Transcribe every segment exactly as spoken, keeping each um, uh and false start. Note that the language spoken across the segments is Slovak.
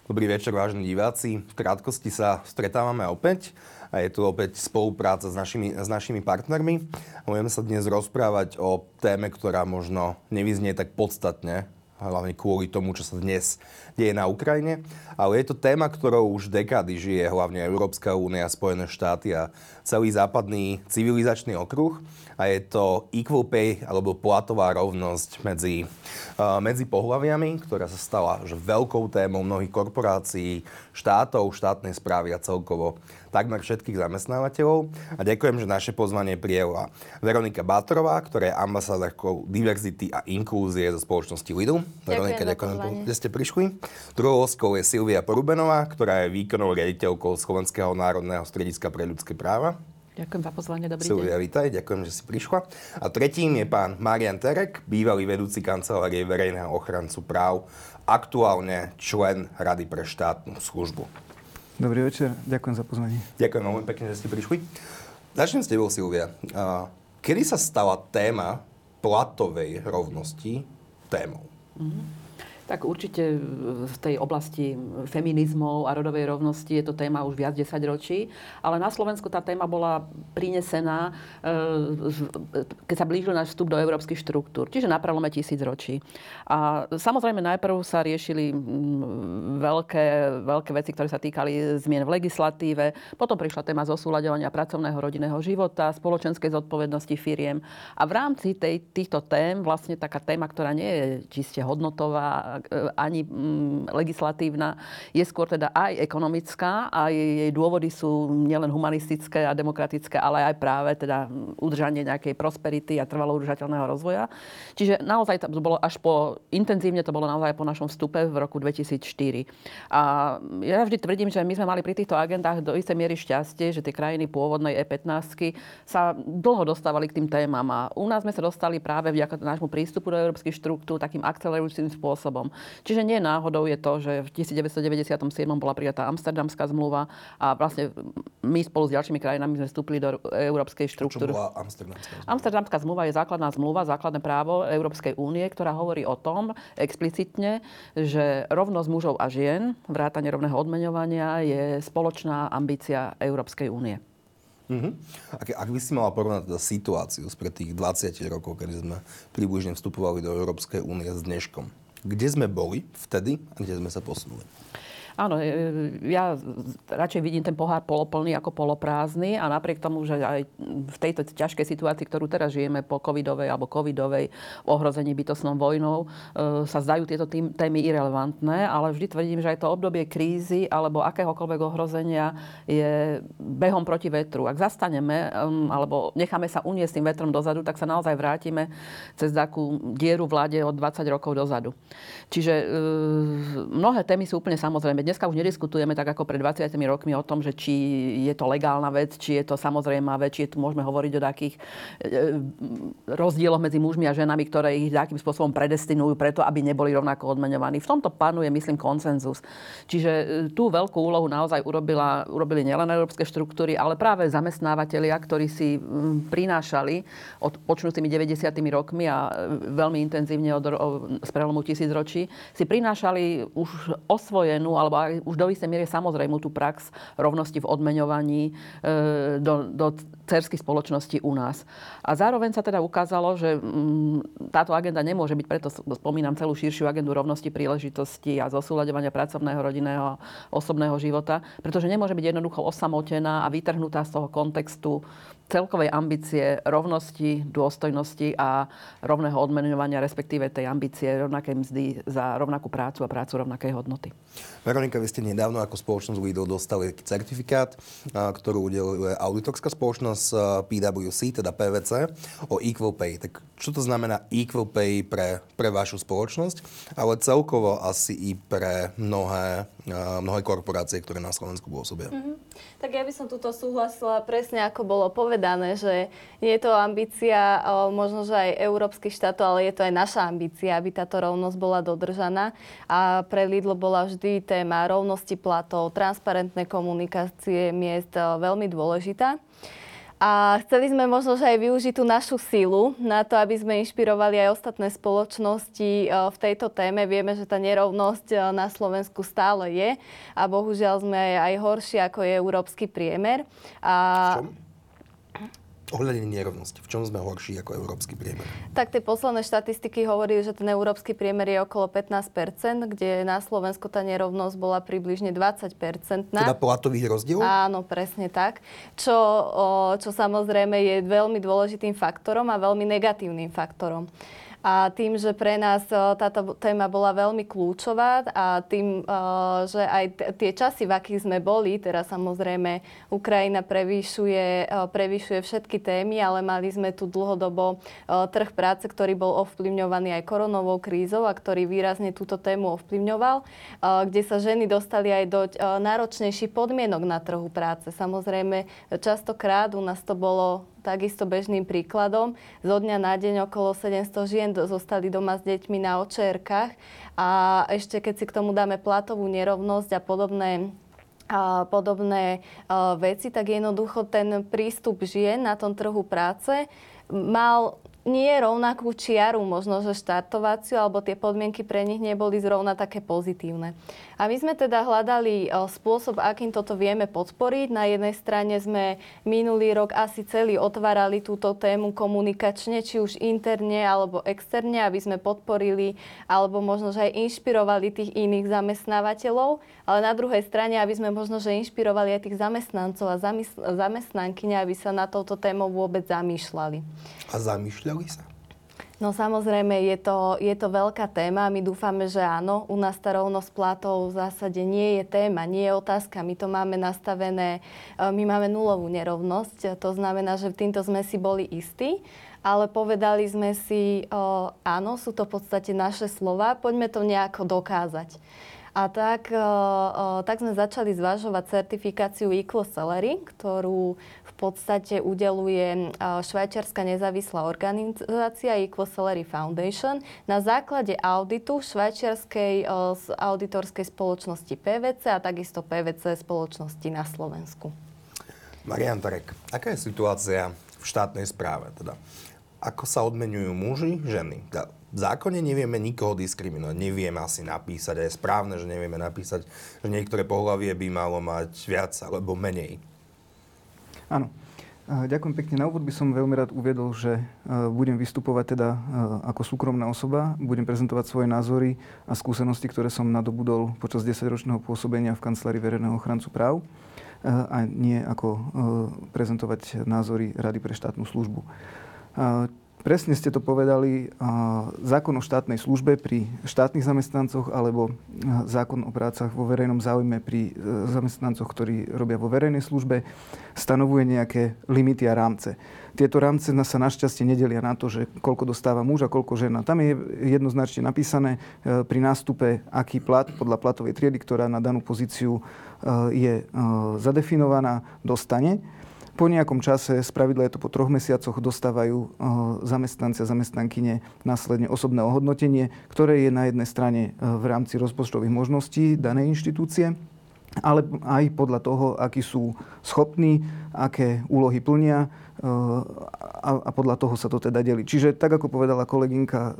Dobrý večer, vážení diváci. V krátkosti sa stretávame opäť a je tu opäť spolupráca s našimi, s našimi partnermi. Budeme sa dnes rozprávať o téme, ktorá možno nevyznie tak podstatne, hlavne kvôli tomu, čo sa dnes deje na Ukrajine. Ale je to téma, ktorou už dekády žije hlavne Európska únia, Spojené štáty a celý západný civilizačný okruh. A je to equal pay, alebo platová rovnosť medzi, uh, medzi pohlaviami, ktorá sa stala že veľkou témou mnohých korporácií, štátov, štátnej správy a celkovo takmer všetkých zamestnávateľov. A ďakujem, že naše pozvanie prijela Veronika Bátorová, ktorá je ambasádorkou diverzity a inklúzie zo spoločnosti Lidl. Veronika, ďakujem, že ste prišli. Druhou hostkou je Silvia Porubenová, ktorá je výkonnou riaditeľkou Slovenského národného strediska pre ľudské práva. Ďakujem za pozvanie, dobrý Silvia, deň. vítaj, ďakujem, že si prišla. A tretím je pán Marian Terek, bývalý vedúci kancelárie verejného ochrancu práv, aktuálne člen Rady pre štátnu službu. Dobrý večer, ďakujem za pozvanie. Ďakujem veľmi pekne, že ste prišli. Začnem s tebou, Silvia. Kedy sa stala téma platovej rovnosti témou? Mm-hmm. Tak určite v tej oblasti feminizmov a rodovej rovnosti je to téma už viac desaťročí, ale na Slovensku tá téma bola prinesená, keď sa blížil náš vstup do európskych štruktúr, čiže na prelome tisícročí. A samozrejme najprv sa riešili veľké, veľké veci, ktoré sa týkali zmien v legislatíve, potom prišla téma zosúľaďovania pracovného rodinného života, spoločenskej zodpovednosti firiem. A v rámci tej, týchto tém vlastne taká téma, ktorá nie je čiste hodnotová, ani mm, legislatívna, je skôr teda aj ekonomická a jej dôvody sú nielen humanistické a demokratické, ale aj práve teda udržanie nejakej prosperity a trvalo udržateľného rozvoja. Čiže naozaj to bolo až po, intenzívne to bolo naozaj po našom vstupe v roku dvetisícštyri. A ja vždy tvrdím, že my sme mali pri týchto agendách do istej miery šťastie, že tie krajiny pôvodnej é pätnásť sa dlho dostávali k tým témam a u nás sme sa dostali práve vďaka nášmu prístupu do európskych štruktúr takým akcelerujúcim spôsobom. Čiže nie náhodou je to, že v devätnásťstodeväťdesiatsedem bola prijatá Amsterdamská zmluva a vlastne my spolu s ďalšími krajinami sme vstúpili do európskej štruktúry. Čo bola Amsterdamská zmluva? Amsterdamská zmluva je základná zmluva, základné právo Európskej únie, ktorá hovorí o tom explicitne, že rovnosť mužov a žien, vrátane rovného odmeňovania je spoločná ambícia Európskej únie. Uh-huh. Ak, ak by si mala porovnať teda situáciu spred tých dvadsať rokov, kedy sme približne vstupovali do Európskej únie s dneškom, kde sme boli vtedy a kde sme sa posunuli? Áno, ja radšej vidím ten pohár poloplný ako poloprázdny a napriek tomu, že aj v tejto ťažkej situácii, ktorú teraz žijeme po covidovej alebo covidovej ohrození bytostnou vojnou, sa zdajú tieto témy irelevantné, ale vždy tvrdím, že aj to obdobie krízy alebo akéhokoľvek ohrozenia je behom proti vetru. Ak zastaneme alebo necháme sa uniesť tým vetrom dozadu, tak sa naozaj vrátime cez takú dieru v ľade od dvadsať rokov dozadu. Čiže mnohé témy sú úplne samozrejme. Dneska už nediskutujeme tak ako pred dvadsiatimi rokmi o tom, že či je to legálna vec, či je to samozrejmá vec, či je tu môžeme hovoriť o takých rozdieloch medzi mužmi a ženami, ktoré ich takým spôsobom predestinujú preto, aby neboli rovnako odmeňovaní. V tomto panuje, myslím, konsenzus. Čiže tú veľkú úlohu naozaj urobila, urobili nielen európske štruktúry, ale práve zamestnávateľia, ktorí si prinášali od počnutými deväťdesiatimi rokmi a veľmi intenzívne od, z prelomu tisícročí, si prinášali už osvojenú alebo aj už do istej miery samozrejme tú prax rovnosti v odmeňovaní e, do, do dcérskych spoločností u nás. A zároveň sa teda ukázalo, že m, táto agenda nemôže byť, preto spomínam celú širšiu agendu rovnosti príležitosti a zosúľaďovania pracovného, rodinného, osobného života, pretože nemôže byť jednoducho osamotená a vytrhnutá z toho kontextu celkovej ambície rovnosti, dôstojnosti a rovného odmeňovania, respektíve tej ambície rovnakej mzdy za rovnakú prácu a prácu rovnakej hodnoty. Veronika, vy ste nedávno ako spoločnosť Lidl dostali certifikát, ktorú udeluje auditorská spoločnosť pé vé cé, teda pé vé cé, o equal pay. Tak čo to znamená equal pay pre, pre vašu spoločnosť, ale celkovo asi i pre mnohé, mnohé korporácie, ktoré na Slovensku pôsobia? Mm-hmm. Tak ja by som tuto súhlasila presne ako bolo povedané, že nie je to ambícia možno, že aj európskych štátov, ale je to aj naša ambícia, aby táto rovnosť bola dodržaná. A pre Lidl bola vždy téma rovnosti platov, transparentné komunikácie miest veľmi dôležitá. A chceli sme možno, že aj využiť tú našu silu na to, aby sme inšpirovali aj ostatné spoločnosti v tejto téme. Vieme, že tá nerovnosť na Slovensku stále je a bohužiaľ sme aj horší, ako je európsky priemer. A... V čom? Ohľadne nerovnosti. V čom sme horší ako európsky priemer? Tak tie posledné štatistiky hovorí, že ten európsky priemer je okolo pätnásť percent, kde na Slovensku tá nerovnosť bola približne dvadsať percent. Teda platových rozdielov? Áno, presne tak. Čo, o, čo samozrejme je veľmi dôležitým faktorom a veľmi negatívnym faktorom. A tým, že pre nás táto téma bola veľmi kľúčová a tým, že aj tie časy, v akých sme boli, teraz samozrejme Ukrajina prevýšuje, prevýšuje všetky témy, ale mali sme tu dlhodobo trh práce, ktorý bol ovplyvňovaný aj koronovou krízou a ktorý výrazne túto tému ovplyvňoval, kde sa ženy dostali aj do náročnejších podmienok na trhu práce. Samozrejme, častokrát u nás to bolo takisto bežným príkladom. Zo dňa na deň okolo sedemsto žien zostali doma s deťmi na očérkach a ešte keď si k tomu dáme platovú nerovnosť a podobné a podobné a, veci, tak jednoducho ten prístup žien na tom trhu práce mal nie rovnakú čiaru, možno že štartovaciu, alebo tie podmienky pre nich neboli zrovna také pozitívne. A my sme teda hľadali spôsob, akým toto vieme podporiť. Na jednej strane sme minulý rok asi celý otvárali túto tému komunikačne, či už interne alebo externe, aby sme podporili alebo možno že aj inšpirovali tých iných zamestnávateľov, ale na druhej strane, aby sme možno že inšpirovali aj tých zamestnancov a zamestnankyne, aby sa na touto témou vôbec zamýšľali. A zamýšľali sa? No samozrejme, je to, je to veľká téma. My dúfame, že áno. U nás tá rovnosť platov v zásade nie je téma, nie je otázka. My to máme nastavené, my máme nulovú nerovnosť. To znamená, že týmto sme si boli istí. Ale povedali sme si, o, áno, sú to v podstate naše slova, poďme to nejako dokázať. A tak, o, o, tak sme začali zvažovať certifikáciu Equal Salary, ktorú v podstate udeluje švajčiarska nezávislá organizácia Equal Salary Foundation na základe auditu švajčiarskej auditorskej spoločnosti pé vé cé a takisto pé vé cé spoločnosti na Slovensku. Marián Turek, aká je situácia v štátnej správe? Teda, ako sa odmeňujú muži, ženy? Teda, v zákone nevieme nikoho diskriminovať. Nevieme asi napísať, a je správne, že nevieme napísať, že niektoré pohlavie by malo mať viac alebo menej. Áno. Ďakujem pekne. Na úvod by som veľmi rád uviedol, že budem vystupovať teda ako súkromná osoba, budem prezentovať svoje názory a skúsenosti, ktoré som nadobudol počas desaťročného pôsobenia v kancelárii verejného ochrancu práv a nie ako prezentovať názory Rady pre štátnu službu. Presne ste to povedali, zákon o štátnej službe pri štátnych zamestnancoch alebo zákon o prácach vo verejnom záujme pri zamestnancoch, ktorí robia vo verejnej službe, stanovuje nejaké limity a rámce. Tieto rámce sa našťastie nedelia na to, že koľko dostáva muž a koľko žena. Tam je jednoznačne napísané pri nástupe, aký plat podľa platovej triedy, ktorá na danú pozíciu je zadefinovaná, dostane. Po nejakom čase, spravidla je to po troch mesiacoch, dostávajú zamestnanci a zamestnankyne následne osobné ohodnotenie, ktoré je na jednej strane v rámci rozpočtových možností danej inštitúcie, ale aj podľa toho, akí sú schopní, aké úlohy plnia a podľa toho sa to teda delí. Čiže tak, ako povedala kolegynka,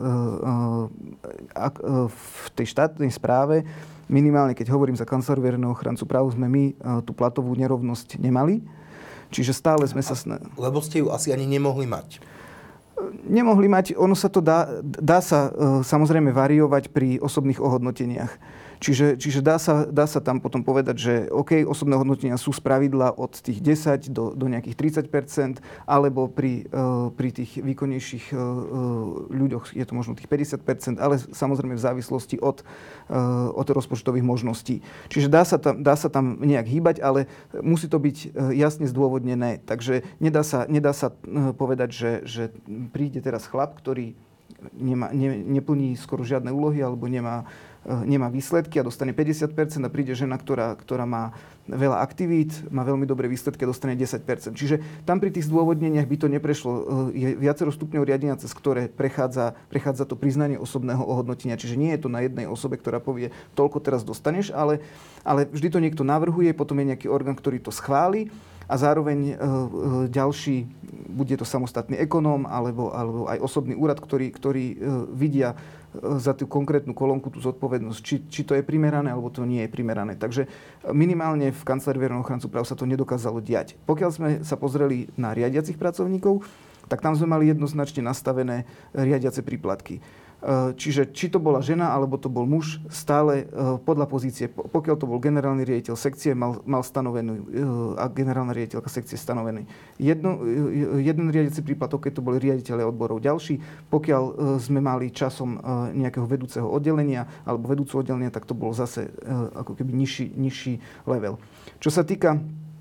v tej štátnej správe, minimálne keď hovorím za kanceláriu verejného ochrancu práv, sme my tú platovú nerovnosť nemali. Čiže stále sme sa snažili. Lebo ste ju asi ani nemohli mať. Nemohli mať. Ono sa to dá, dá sa samozrejme variovať pri osobných ohodnoteniach. Čiže, čiže dá, sa, dá sa tam potom povedať, že OK, osobné hodnotenia sú spravidla od tých desať do, do nejakých tridsať percent, alebo pri, uh, pri tých výkonnejších uh, ľuďoch je to možno tých päťdesiat percent, ale samozrejme v závislosti od, uh, od rozpočtových možností. Čiže dá sa, tam, dá sa tam nejak hýbať, ale musí to byť uh, jasne zdôvodnené. Takže nedá sa, nedá sa uh, povedať, že, že príde teraz chlap, ktorý nemá, ne, neplní skoro žiadne úlohy alebo nemá nemá výsledky a dostane päťdesiat percent a príde žena, ktorá, ktorá má veľa aktivít, má veľmi dobré výsledky a dostane desať percent. Čiže tam pri tých zdôvodneniach by to neprešlo. Je viacero stupňov riadenia, cez ktoré prechádza, prechádza to priznanie osobného ohodnotenia. Čiže nie je to na jednej osobe, ktorá povie, toľko teraz dostaneš, ale, ale vždy to niekto navrhuje, potom je nejaký orgán, ktorý to schváli a zároveň ďalší, bude to samostatný ekonóm alebo, alebo aj osobný úrad, ktorý, ktorý vidia za tú konkrétnu kolónku tú zodpovednosť, či, či to je primerané, alebo to nie je primerané. Takže minimálne v kancelárii verejného ochrancu práv sa to nedokázalo diať. Pokiaľ sme sa pozreli na riadiacich pracovníkov, tak tam sme mali jednoznačne nastavené riadiace príplatky. Čiže či to bola žena, alebo to bol muž, stále podľa pozície, pokiaľ to bol generálny riaditeľ sekcie, mal, mal stanovenú, a generálna riaditeľka sekcie stanovený jedno, jeden riadiaci príplatok, keď to boli riaditeľe odborov. Ďalší, pokiaľ sme mali časom nejakého vedúceho oddelenia alebo vedúcu oddelenia, tak to bol zase ako keby nižší, nižší level. Čo sa týka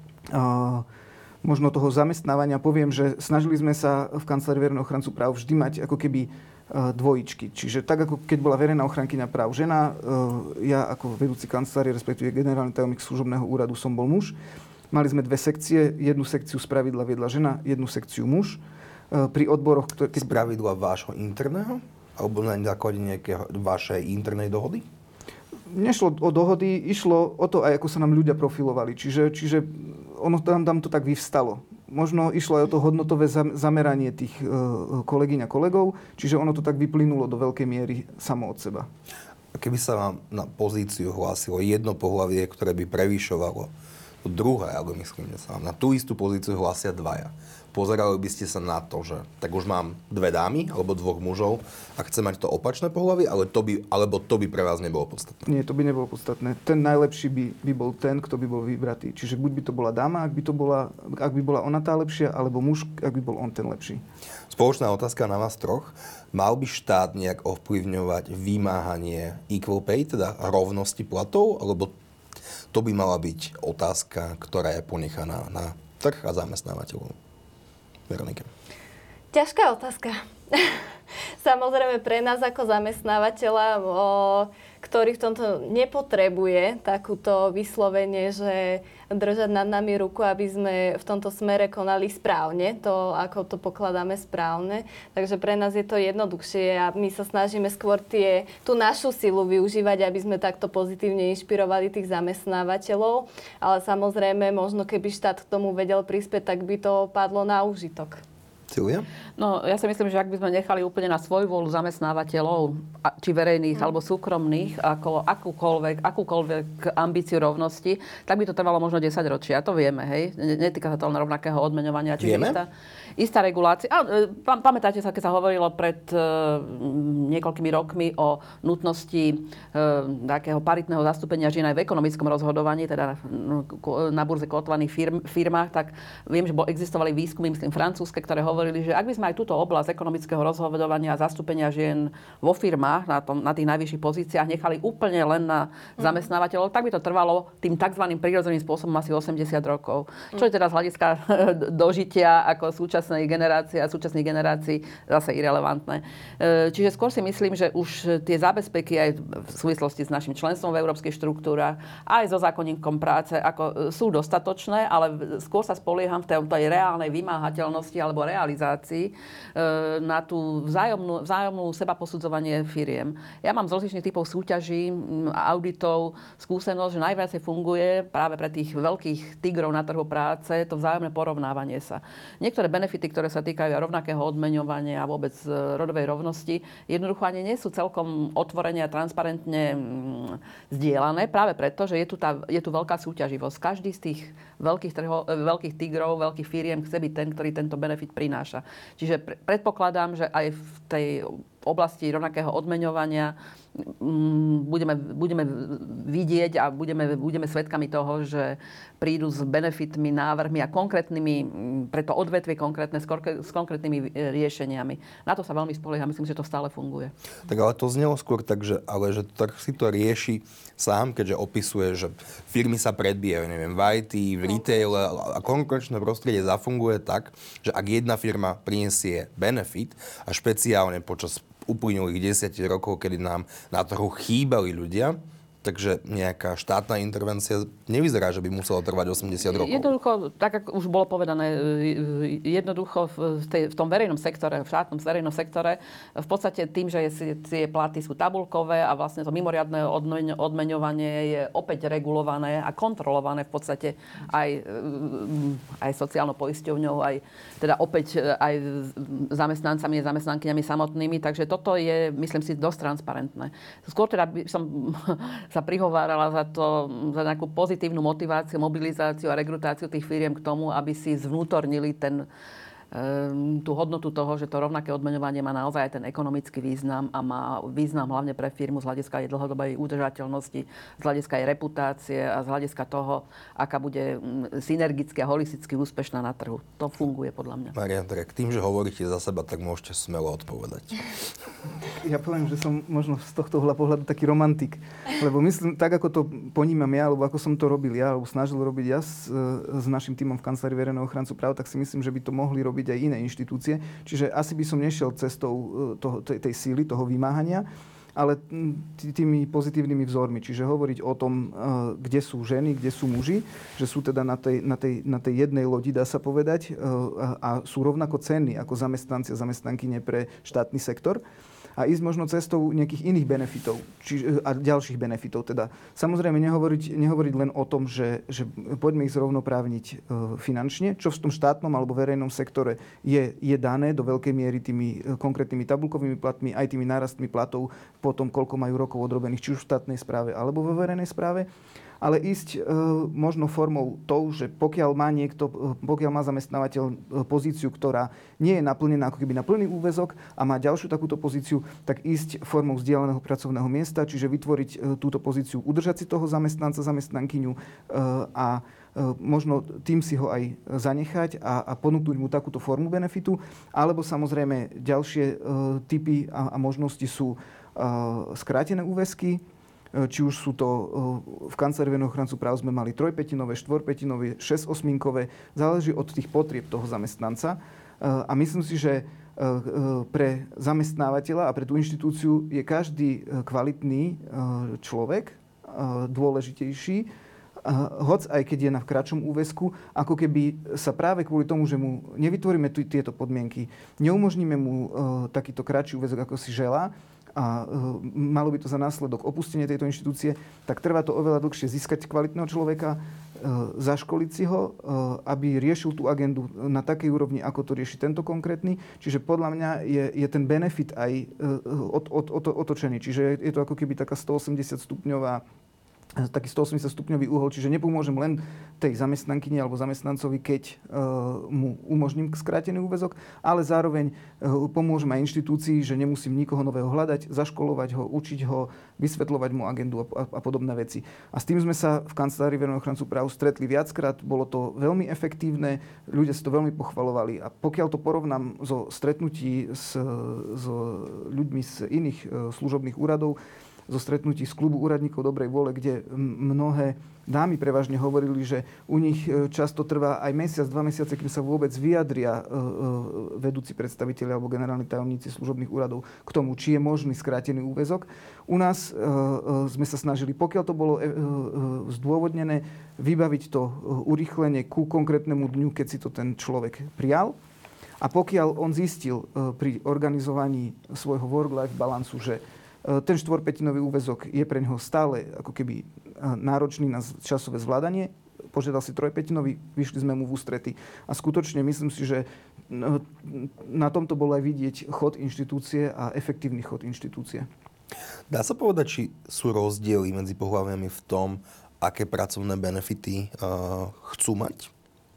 možno toho zamestnávania, poviem, že snažili sme sa v kancelárii verejného ochrancu práv vždy mať ako keby dvojičky. Čiže tak, ako keď bola verejná ochrankyňa práv žena, ja ako vedúci kancelárie, respektíve generálny tajomník služobného úradu som bol muž. Mali sme dve sekcie, jednu sekciu spravidla viedla žena, jednu sekciu muž. Pri odboroch, ktoré... Keď... Spravidla vášho interného? Alebo na základe nejakej vašej internej dohody? Nešlo o dohody, išlo o to aj, ako sa nám ľudia profilovali. Čiže, čiže ono tam, tam to tak vyvstalo. Možno išlo aj o to hodnotové zameranie tých kolegyň a kolegov, čiže ono to tak vyplynulo do veľkej miery samo od seba. A keby sa vám na pozíciu hlásilo jedno pohlavie, ktoré by prevyšovalo to druhé, alebo myslím, že sa vám na tú istú pozíciu hlásia dvaja, pozerali by ste sa na to, že tak už mám dve dámy alebo dvoch mužov a chcem mať to opačné pohlavie, ale to by, alebo to by pre vás nebolo podstatné? Nie, to by nebolo podstatné. Ten najlepší by, by bol ten, kto by bol vybratý. Čiže buď by to bola dáma, ak by, to bola, ak by bola ona tá lepšia, alebo muž, ak by bol on ten lepší. Spoločná otázka na vás troch. Mal by štát nejak ovplyvňovať vymáhanie equal pay, teda rovnosti platov, alebo to by mala byť otázka, ktorá je ponechaná na trh a zamestnávateľov? Veronika. Ťažká otázka. Samozrejme pre nás ako zamestnávateľa, o, ktorý v tomto nepotrebuje takúto vyslovenie, že držať nad nami ruku, aby sme v tomto smere konali správne, to ako to pokladáme správne. Takže pre nás je to jednoduchšie a my sa snažíme skôr tie, tú našu silu využívať, aby sme takto pozitívne inšpirovali tých zamestnávateľov. Ale samozrejme, možno keby štát k tomu vedel prispieť, tak by to padlo na úžitok. Silvia? No, ja si myslím, že ak by sme nechali úplne na svoju voľu zamestnávateľov, či verejných, mm. alebo súkromných, ako akúkoľvek, akúkoľvek ambíciu rovnosti, tak by to trvalo možno desať ročia. To vieme, hej? Netýka sa to len rovnakého odmeňovania. Čiže vieme? Istá, istá regulácia. A, pamätáte sa, keď sa hovorilo pred uh, niekoľkými rokmi o nutnosti uh, takého paritného zastúpenia žien aj v ekonomickom rozhodovaní, teda na burze kotovaných firm, firmách, tak viem, že existovali výskumy, myslím, francúzske, ktoré hovorili, že ak by sme aj túto oblasť ekonomického rozhodovania a zastúpenia žien vo firmách na, tom, na tých najvyšších pozíciách nechali úplne len na zamestnávateľov, tak by to trvalo tým tzv. Prirodzeným spôsobom asi osemdesiat rokov. Čo je teda z hľadiska dožitia ako súčasnej generácie a súčasných generácií zase irelevantné. Čiže skôr si myslím, že už tie zábezpeky aj v súvislosti s našim členstvom v európskych štruktúrach, aj so zákonníkom práce ako sú dostatočné, ale skôr sa spolieham v tej, tej reálnej vymáhateľnosti alebo realizácii na tú vzájomnú, vzájomnú seba posudzovanie firiem. Ja mám z rozličných typov súťaží, auditov, skúsenosť, že najviac funguje práve pre tých veľkých tigrov na trhu práce to vzájomné porovnávanie sa. Niektoré benefity, ktoré sa týkajú rovnakého odmeňovania a vôbec rodovej rovnosti, jednoducho ani nie sú celkom otvorene a transparentne zdieľané, práve preto, že je tu, tá, je tu veľká súťaživosť. Každý z tých veľkých, trho, veľkých tigrov, veľkých firiem chce byť ten, ktorý tento benefit prináša. Čiže pre, predpokladám, že aj v tej oblasti rovnakého odmeňovania budeme, budeme vidieť a budeme, budeme svedkami toho, že prídu s benefitmi, návrhmi a konkrétnymi, pre to odvetvie konkrétne, s konkrétnymi riešeniami. Na to sa veľmi spolieham, myslím, že to stále funguje. Tak ale to znelo skôr tak, že, ale že trh si to rieši sám, keďže opisuje, že firmy sa predbijajú, neviem, v í té, v retaile a konkurenčné prostredie zafunguje tak, že ak jedna firma prinesie benefit a špeciálne počas uplynulých desať rokov, kedy nám na trhu chýbali ľudia, takže nejaká štátna intervencia nevyzerá, že by musela trvať osemdesiat rokov. Jednoducho, tak ako už bolo povedané, jednoducho v, tej, v tom verejnom sektore, v štátnom verejnom sektore, v podstate tým, že tie platy sú tabulkové a vlastne to mimoriadne odmeňovanie je opäť regulované a kontrolované v podstate aj, aj sociálnou poisťovňou, aj teda opäť aj zamestnancami a zamestnankyňami samotnými. Takže toto je, myslím si, dosť transparentné. Skôr teda by som sa prihovárala za to, za nejakú pozitívnu motiváciu, mobilizáciu a rekrutáciu tých firiem k tomu, aby si zvnútornili ten, tú hodnotu toho, že to rovnaké odmeňovanie má naozaj aj ten ekonomický význam a má význam hlavne pre firmu z hľadiska jej dlhodobej udržateľnosti, z hľadiska jej reputácie a z hľadiska toho, aká bude synergicky a holisticky úspešná na trhu. To funguje podľa mňa. Marian, tak tým, že hovoríte za seba, tak môžete smelo odpovedať. Ja poviem, že som možno z tohto pohľadu taký romantik. Lebo myslím, tak ako to ponímam ja, alebo ako som to robil ja, alebo snažil robiť ja s, s našim tímom v kancelárii verejného ochrancu práv, tak si myslím, že by to mohli robiť aj iné inštitúcie. Čiže asi by som nešiel cestou toho, tej, tej síly, toho vymáhania, ale tými pozitívnymi vzormi. Čiže hovoriť o tom, kde sú ženy, kde sú muži, že sú teda na tej, na tej, na tej jednej lodi, dá sa povedať, a sú rovnako cenní ako zamestnanci a zamestnankyne pre štátny sektor. A ísť možno cestou nejakých iných benefitov či, a ďalších benefitov. Teda samozrejme nehovoriť, nehovoriť len o tom, že, že poďme ich zrovnoprávniť e, finančne, čo v tom štátnom alebo verejnom sektore je, je dané do veľkej miery tými e, konkrétnymi tabulkovými platmi, aj tými nárastmi platov po tom, koľko majú rokov odrobených, či už v štátnej správe alebo vo verejnej správe. Ale ísť e, možno formou tou, že pokiaľ má niekto, pokiaľ má zamestnávateľ e, pozíciu, ktorá nie je naplnená ako keby na plný úväzok a má ďalšiu takúto pozíciu, tak ísť formou vzdialeného pracovného miesta, čiže vytvoriť e, túto pozíciu, udržať si toho zamestnanca, zamestnankyňu e, a e, možno tým si ho aj zanechať a, a ponúknuť mu takúto formu benefitu. Alebo samozrejme ďalšie e, typy a, a možnosti sú e, skrátené úväzky. Či už sú to v kancelárii verejného ochrancu práv sme mali trojpätinové, štvorpätinové, šesťosminkové. Záleží od tých potrieb toho zamestnanca. A myslím si, že pre zamestnávateľa a pre tú inštitúciu je každý kvalitný človek dôležitejší, hoc aj keď je na v kratšom úväzku, ako keby sa práve kvôli tomu, že mu nevytvoríme t- tieto podmienky, neumožníme mu takýto kratší úväzok, ako si želá, a uh, malo by to za následok opustenie tejto inštitúcie, tak trvá to oveľa dlhšie získať kvalitného človeka, uh, zaškoliť si ho, uh, aby riešil tú agendu na takej úrovni, ako to rieši tento konkrétny. Čiže podľa mňa je, je ten benefit aj uh, od, od, od, otočený. Čiže je to ako keby taká stoosemdesiat stupňová taký stoosemdesiat stupňový uhol, čiže nepomôžem len tej zamestnankyni alebo zamestnancovi, keď uh, mu umožním skrátený úväzok, ale zároveň uh, pomôžem aj inštitúcii, že nemusím nikoho nového hľadať, zaškolovať ho, učiť ho, vysvetľovať mu agendu a, a, a podobné veci. A s tým sme sa v kancelárii verejného ochrancu práv stretli viackrát, bolo to veľmi efektívne, ľudia si to veľmi pochvalovali. A pokiaľ to porovnám so stretnutí s, s ľuďmi z iných uh, služobných úradov, zo stretnutí z klubu úradníkov dobrej vôle, kde mnohé dámy prevažne hovorili, že u nich často trvá aj mesiac, dva mesiace, kým sa vôbec vyjadria vedúci predstavitelia alebo generálni tajomníci služobných úradov k tomu, či je možný skrátený úväzok. U nás sme sa snažili, pokiaľ to bolo zdôvodnené, vybaviť to urýchlenie ku konkrétnemu dňu, keď si to ten človek prijal. A pokiaľ on zistil pri organizovaní svojho work-life balansu, že ten štvorpätinový úväzok je pre neho stále ako keby náročný na časové zvládanie, požiadal si trojpätinový, vyšli sme mu v ústrety. A skutočne myslím si, že na tomto bol aj vidieť chod inštitúcie a efektívny chod inštitúcie. Dá sa povedať, či sú rozdiely medzi pohlaviami v tom, aké pracovné benefity uh, chcú mať?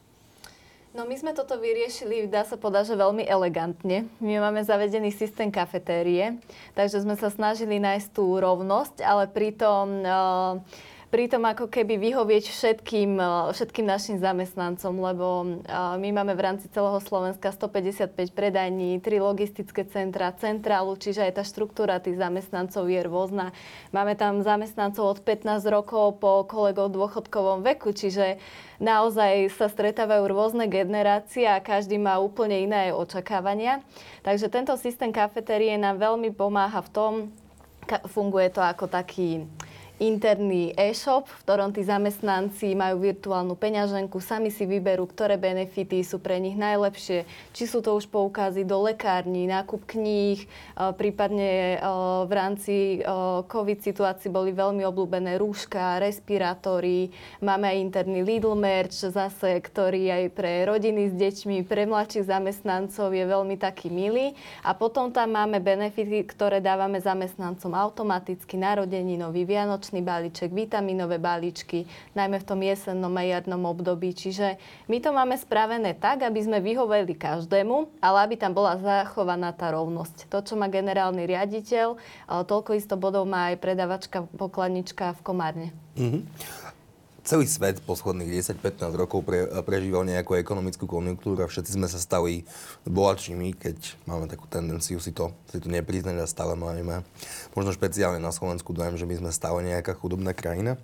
No my sme toto vyriešili, dá sa povedať, že veľmi elegantne. My máme zavedený systém kafetérie, takže sme sa snažili nájsť tú rovnosť, ale pritom, pritom ako keby vyhovieť všetkým, všetkým našim zamestnancom, lebo my máme v rámci celého Slovenska stopäťdesiatpäť predajní, tri logistické centra, centrálu, čiže aj tá štruktúra tých zamestnancov je rôzna. Máme tam zamestnancov od pätnásť rokov po kolegov v dôchodkovom veku, čiže naozaj sa stretávajú rôzne generácie a každý má úplne iné očakávania. Takže tento systém kafetérie nám veľmi pomáha v tom, funguje to ako taký interný e-shop, v ktorom tí zamestnanci majú virtuálnu peňaženku, sami si vyberú, ktoré benefity sú pre nich najlepšie, či sú to už poukazy do lekární, nákup kníh, prípadne v rámci COVID situácií boli veľmi obľúbené rúška, respirátory, máme aj interný Lidl merch zase, ktorý aj pre rodiny s deťmi, pre mladších zamestnancov je veľmi taký milý. A potom tam máme benefity, ktoré dávame zamestnancom automaticky, narodeninový, vianočný balíček, vitamínové balíčky, najmä v tom jesennom a jarnom období. Čiže my to máme spravené tak, aby sme vyhoveli každému, ale aby tam bola zachovaná tá rovnosť. To, čo má generálny riaditeľ, toľko isto bodov má aj predavačka, pokladnička v Komárne. Mm-hmm. Celý svet posledných desať pätnásť rokov pre, prežíval nejakú ekonomickú konjunktúru a všetci sme sa stali bohatšími, keď máme takú tendenciu si to, si to nepriznať a stále máme. Možno špeciálne na Slovensku dojem, že my sme stále nejaká chudobná krajina.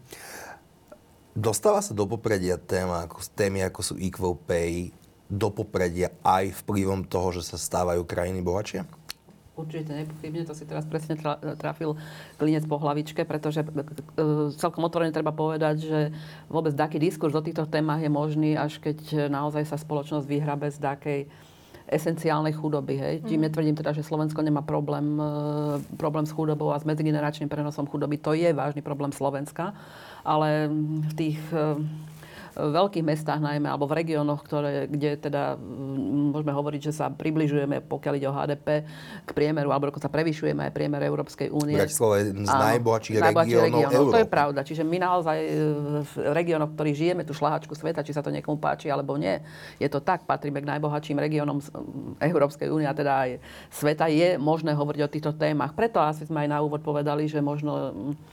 Dostáva sa do popredia téma, ako, témy ako sú Equal Pay, do popredia aj vplyvom toho, že sa stávajú krajiny bohatšie? Určite nepochybne, to si teraz presne trafil klinec po hlavičke, pretože celkom otvorene treba povedať, že vôbec taký diskurs o týchto témach je možný, až keď naozaj sa spoločnosť vyhrabe z takej esenciálnej chudoby. Hej. Mm. Tým netvrdím teda, že Slovensko nemá problém, problém s chudobou a s medzigeneračným prenosom chudoby. To je vážny problém Slovenska, ale v tých veľkých mestách najmä, alebo v regiónoch, ktoré, kde teda môžeme hovoriť, že sa približujeme, pokiaľ ide o há dé pé, k priemeru, alebo dokonca prevyšujeme aj priemer Európskej únie. Bratislava je z najbohatších regiónov Európy. To je pravda. Čiže my naozaj v regiónoch, v ktorých žijeme, tú šľahačku sveta, či sa to niekomu páči, alebo nie, je to tak, patríme k najbohatším regiónom Európskej únie a teda aj sveta, je možné hovoriť o týchto témach. Preto asi sme aj na úvod povedali, že možno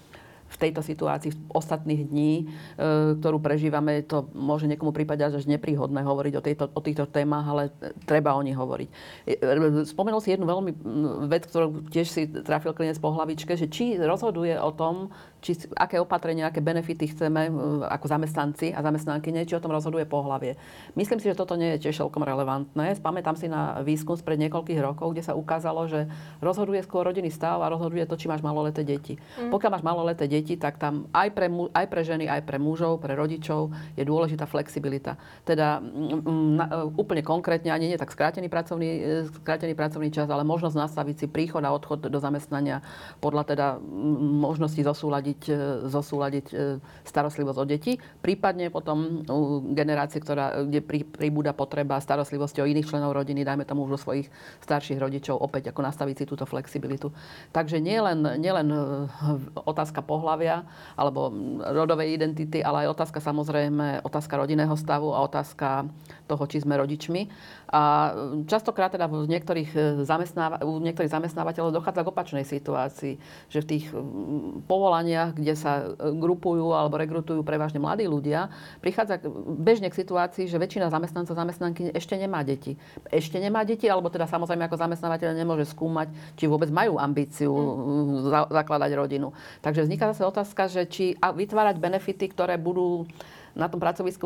v tejto situácii, v ostatných dní, e, ktorú prežívame, to môže niekomu prípadať až nepríhodné hovoriť o, tejto, o týchto témach, ale treba o nich hovoriť. E, spomenul si jednu veľmi vec, ktorú tiež si trafil klinec po hlavičke, že či rozhoduje o tom, či, aké opatrenia, aké benefity chceme ako zamestnanci a zamestnankyne, či o tom rozhoduje pohlavie. Myslím si, že toto nie je tiež celkom relevantné. Spamätám si na výskum spred niekoľkých rokov, kde sa ukázalo, že rozhoduje skôr rodinný stav a rozhoduje to, či máš maloleté deti. Mm. Pokiaľ máš maloleté deti, tak tam aj pre, aj pre ženy, aj pre mužov, pre rodičov je dôležitá flexibilita. Teda na, úplne konkrétne, ani nie tak skrátený pracovný, skrátený pracovný čas, ale možnosť nastaviť si príchod a odchod do zamestnania podľa teda možnosti zosúľadiť zosúľadiť starostlivosť o deti. Prípadne potom u generácie, ktorá, kde pribúda potreba starostlivosti o iných členov rodiny, dajme tomu už o svojich starších rodičov, opäť ako nastaviť si túto flexibilitu. Takže nielen nie len otázka pohlavia alebo rodovej identity, ale aj otázka samozrejme, otázka rodinného stavu a otázka toho, či sme rodičmi. A častokrát teda v niektorých zamestnáva- u niektorých zamestnávateľov dochádza k opačnej situácii, že v tých povolaniach, kde sa grupujú alebo rekrutujú prevažne mladí ľudia, prichádza bežne k situácii, že väčšina zamestnancov, zamestnanky ešte nemá deti. Ešte nemá deti, alebo teda samozrejme ako zamestnávateľ nemôže skúmať, či vôbec majú ambíciu za- zakladať rodinu. Takže vzniká zase otázka, že či vytvárať benefity, ktoré budú na tom pracovisku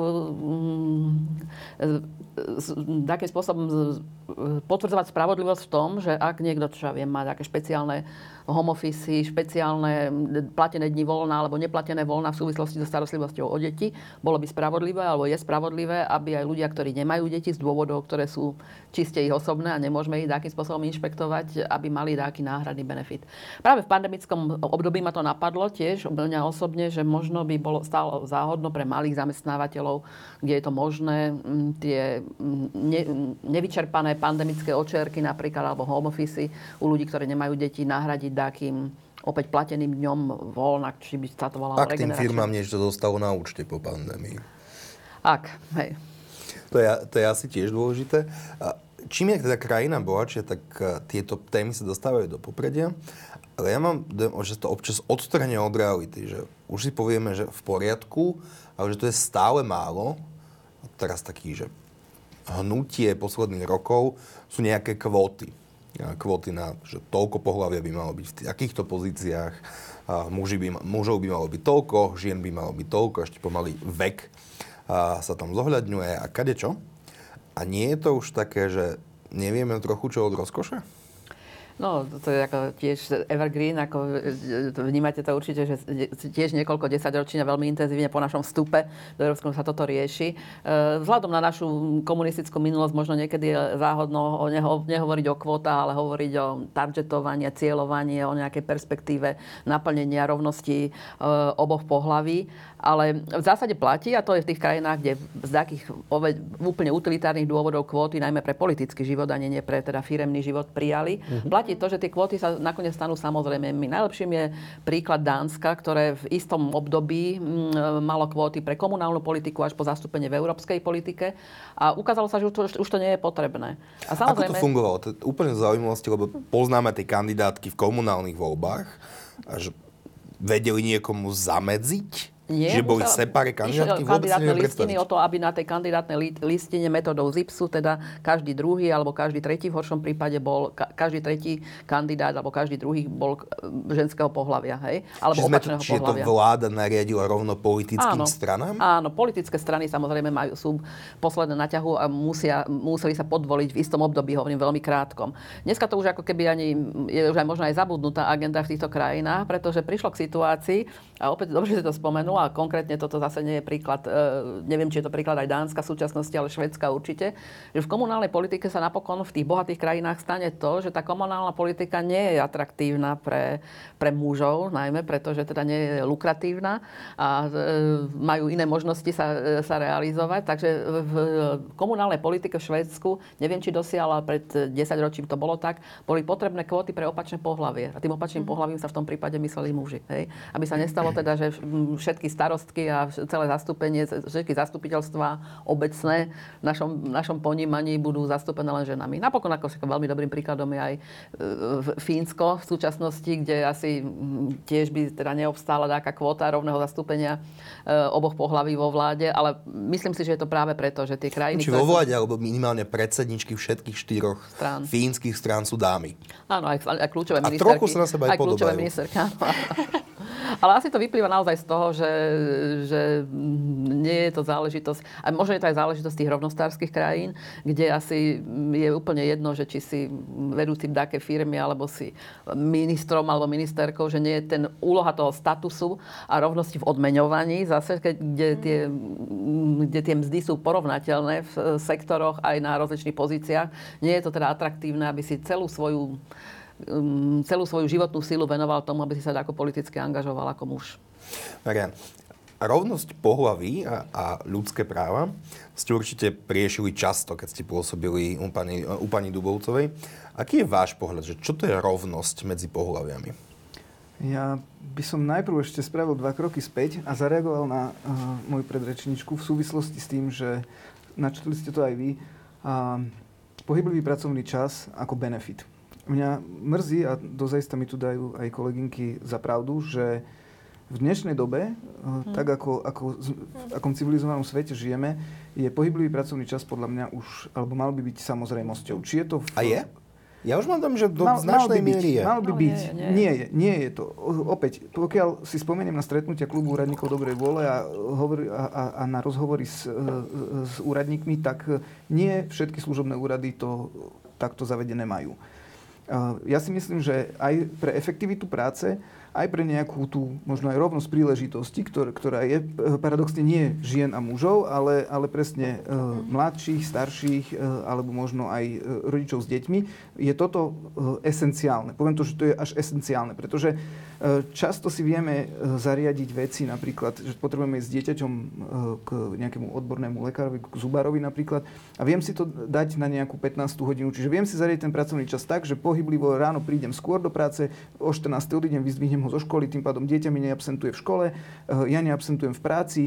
takým spôsobom potvrdzovať spravodlivosť v tom, že ak niekto, čo ja viem, má také špeciálne home office, špeciálne platené dni voľna alebo neplatené voľna v súvislosti so starostlivosťou o deti, bolo by spravodlivé alebo je spravodlivé, aby aj ľudia, ktorí nemajú deti z dôvodov, ktoré sú čiste ich osobné a nemôžeme ich takým spôsobom inšpektovať, aby mali taký náhradný benefit. Práve v pandemickom období ma to napadlo tiež, mňa osobne, že možno by bolo stále záhodno pre malých zamestnávateľov, kde je to možné, tie ne, nevyčerpané pandemické očerky napríklad, alebo home office u ľudí, ktorí nemajú deti, nahradiť takým opäť plateným dňom voľna, či by sa to volalo regeneračné. Ak tým firmám niečo zostalo na účte po pandémii. Ak, hej. To je, to je asi tiež dôležité. Čím je teda krajina bohatšia, tak tieto témy sa dostávajú do popredia. Ale ja mám dojem, že to občas odtrhne od reality, že už si povieme, že v poriadku, ale že to je stále málo. A teraz taký, že hnutie posledných rokov sú nejaké kvóty. Kvóty na, že toľko pohlavia by malo byť v takýchto pozíciách, a muži by, mužov by malo byť toľko, žien by malo byť toľko, ešte pomaly vek a sa tam zohľadňuje a kadečo. A nie je to už také, že nevieme trochu čo od rozkoše? No, to je ako tiež evergreen, ako vnímate to určite, že tiež niekoľko desaťročí veľmi intenzívne po našom vstupe do Európskeho sa toto rieši. Vzhľadom na našu komunistickú minulosť možno niekedy je záhodno o neho, nehovoriť o kvótach, ale hovoriť o targetovaní, cieľovaní, o nejakej perspektíve naplnenia rovnosti oboch pohlaví. Ale v zásade platí, a to je v tých krajinách, kde z takých úplne utilitárnych dôvodov kvóty, najmä pre politický život a nie pre teda firemný život, prijali. Mm-hmm. Platí to, že tie kvóty sa nakoniec stanú samozrejme. Najlepším je príklad Dánska, ktoré v istom období m, malo kvóty pre komunálnu politiku až po zastúpenie v európskej politike. A ukázalo sa, že už to, už to nie je potrebné. A samozrejme... Ako to fungovalo? To je úplne zaujímavosti, lebo poznáme tie kandidátky v komunálnych voľbách a že vedeli niekomu zamedziť? Nie, že boli musel, separé kandidátky? Vôbec kandidátne si listiny o to, aby na tej kandidátnej listine metodou zipsu, teda každý druhý alebo každý tretí, v horšom prípade bol ka- každý tretí kandidát alebo každý druhý bol ženského pohlavia, hej? Alebo čiže opačného to, čiže pohlavia. to vláda nariadila rovno politickým áno, stranám? Áno, politické strany samozrejme majú, sú posledné na ťahu a musia, museli sa podvoliť v istom období, hovorím veľmi krátkom. Dneska to už ako keby ani, je už aj možno aj zabudnutá agenda v týchto krajinách, pretože prišlo k situácii, a opäť dobre, že si to spomenul, a konkrétne toto zase nie je príklad, e, neviem, či je to príklad aj Dánska v súčasnosti, ale Švédska určite, že v komunálnej politike sa napokon v tých bohatých krajinách stane to, že tá komunálna politika nie je atraktívna pre, pre mužov, najmä, pretože teda nie je lukratívna a e, majú iné možnosti sa, e, sa realizovať. Takže v komunálnej politike v Švédsku, neviem, či dosiaľ, ale pred desaťročím to bolo tak, boli potrebné kvóty pre opačné pohlavie. A tým opačným mm. pohlavím sa v tom prípade mysleli muži. Hej? Aby sa nestalo teda, že všetky starostky a celé zastúpenie, všetky zastupiteľstvá obecné v našom, našom ponímaní budú zastúpené len ženami. Napokon ako veľmi dobrým príkladom je aj Fínsko v súčasnosti, kde asi tiež by teda neobstála taká kvóta rovného zastúpenia oboch pohlaví vo vláde, ale myslím si, že je to práve preto, že tie krajiny... Či vo vláde, alebo minimálne predsedničky všetkých štyroch strán. Fínskych strán sú dámy. Áno, aj, aj kľúčové a ministerky. A trochu sa na seba aj, aj kľúčové ministerky, áno. Ale asi to vyplýva naozaj z toho, že, že nie je to záležitosť, a možno je to aj záležitosť tých rovnostárskych krajín, kde asi je úplne jedno, že či si vedúci také firmy, alebo si ministrom alebo ministerkou, že nie je ten úloha toho statusu a rovnosti v odmeňovaní, zase, kde tie, kde tie mzdy sú porovnateľné v sektoroch aj na rozličných pozíciách. Nie je to teda atraktívne, aby si celú svoju celú svoju životnú silu venoval tomu, aby si sa ako politicky angažoval ako muž. Marian, rovnosť pohlaví a, a ľudské práva ste určite riešili často, keď ste pôsobili u pani, u pani Dubovcovej. Aký je váš pohľad, že čo to je rovnosť medzi pohlaviami? Ja by som najprv ešte spravil dva kroky späť a zareagoval na uh, moju predrečničku v súvislosti s tým, že načítali ste to aj vy, uh, pohyblivý pracovný čas ako benefit. Mňa mrzí, a dozajsta mi tu dajú aj kolegynky za pravdu, že v dnešnej dobe, hmm. tak ako, ako v akom civilizovanom svete žijeme, je pohyblivý pracovný čas podľa mňa už, alebo mal by byť samozrejmosťou. Či je to... V... A je? Ja už mám tam, že do mal, značnej mal miery je. Mal by no, byť. Nie, nie, nie je. Nie je to. Opäť, pokiaľ si spomeniem na stretnutia klubu úradníkov dobrej vôle a, hovor, a, a, a na rozhovory s, s úradníkmi, tak nie všetky služobné úrady to takto zavedené majú. Ja si myslím, že aj pre efektivitu práce, aj pre nejakú tú možno aj rovnosť príležitosti, ktorá, ktorá je paradoxne nie žien a mužov, ale, ale presne e, mladších, starších, e, alebo možno aj e, rodičov s deťmi, je toto e, esenciálne. Poviem to, že to je až esenciálne, pretože e, často si vieme e, zariadiť veci, napríklad, že potrebujeme ísť s dieťaťom e, k nejakému odbornému lekárovi, k zubárovi napríklad, a viem si to dať na nejakú pätnástu hodinu. Čiže viem si zariadiť ten pracovný čas tak, že pohyblivo ráno prídem skôr do práce, o štrnástej odídem, vyzdvihnem ho zo školy, tým pádom dieťa mi neabsentuje v škole, ja neabsentujem v práci,